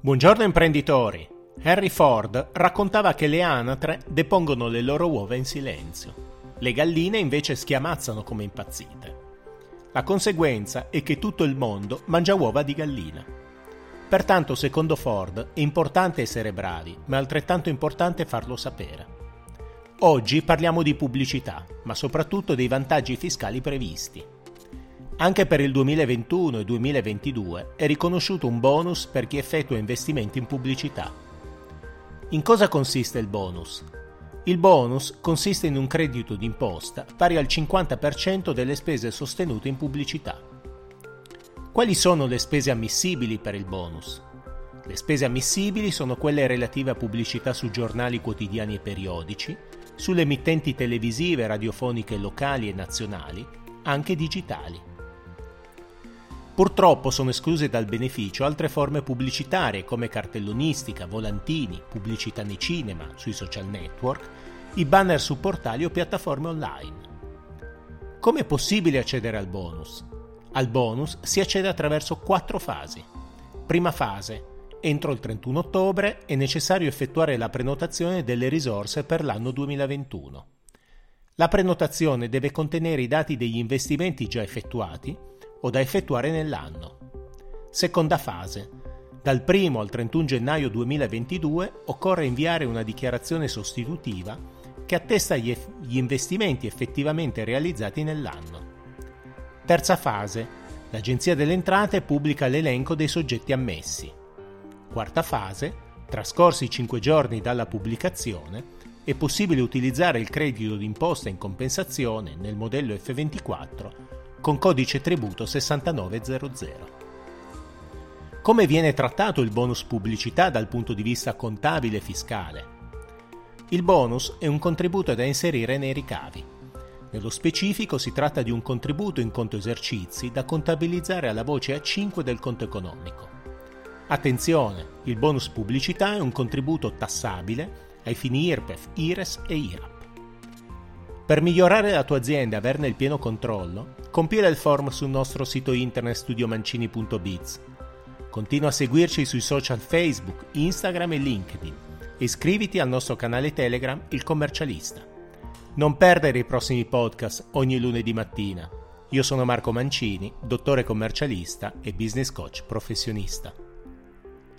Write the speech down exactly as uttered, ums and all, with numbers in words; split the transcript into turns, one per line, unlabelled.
Buongiorno imprenditori! Henry Ford raccontava che le anatre depongono le loro uova in silenzio. Le galline invece schiamazzano come impazzite. La conseguenza è che tutto il mondo mangia uova di gallina. Pertanto, secondo Ford, è importante essere bravi, ma è altrettanto importante farlo sapere. Oggi parliamo di pubblicità, ma soprattutto dei vantaggi fiscali previsti. Anche per il duemilaventuno e duemilaventidue è riconosciuto un bonus per chi effettua investimenti in pubblicità. In cosa consiste il bonus? Il bonus consiste in un credito d'imposta pari al cinquanta per cento delle spese sostenute in pubblicità. Quali sono le spese ammissibili per il bonus? Le spese ammissibili sono quelle relative a pubblicità su giornali quotidiani e periodici, sulle emittenti televisive, radiofoniche locali e nazionali, anche digitali. Purtroppo sono escluse dal beneficio altre forme pubblicitarie come cartellonistica, volantini, pubblicità nei cinema, sui social network, i banner su portali o piattaforme online. Come è possibile accedere al bonus? Al bonus si accede attraverso quattro fasi. Prima fase. Entro il trentuno ottobre è necessario effettuare la prenotazione delle risorse per l'anno duemilaventuno. La prenotazione deve contenere i dati degli investimenti già effettuati o da effettuare nell'anno. Seconda fase. Dal primo al trentuno gennaio duemilaventidue occorre inviare una dichiarazione sostitutiva che attesta gli, eff- gli investimenti effettivamente realizzati nell'anno. Terza fase. L'Agenzia delle Entrate pubblica l'elenco dei soggetti ammessi. Quarta fase. Trascorsi i cinque giorni dalla pubblicazione, è possibile utilizzare il credito d'imposta in compensazione nel modello effe ventiquattro con codice tributo sessantanove zero zero. Come viene trattato il bonus pubblicità dal punto di vista contabile e fiscale? Il bonus è un contributo da inserire nei ricavi. Nello specifico si tratta di un contributo in conto esercizi da contabilizzare alla voce A cinque del conto economico. Attenzione, il bonus pubblicità è un contributo tassabile ai fini I R P E F, I R E S e I R A P. Per migliorare la tua azienda e averne il pieno controllo, compila il form sul nostro sito internet studiomancini punto biz. Continua a seguirci sui social Facebook, Instagram e LinkedIn e iscriviti al nostro canale Telegram Il Commercialista. Non perdere i prossimi podcast ogni lunedì mattina. Io sono Marco Mancini, dottore commercialista e business coach professionista.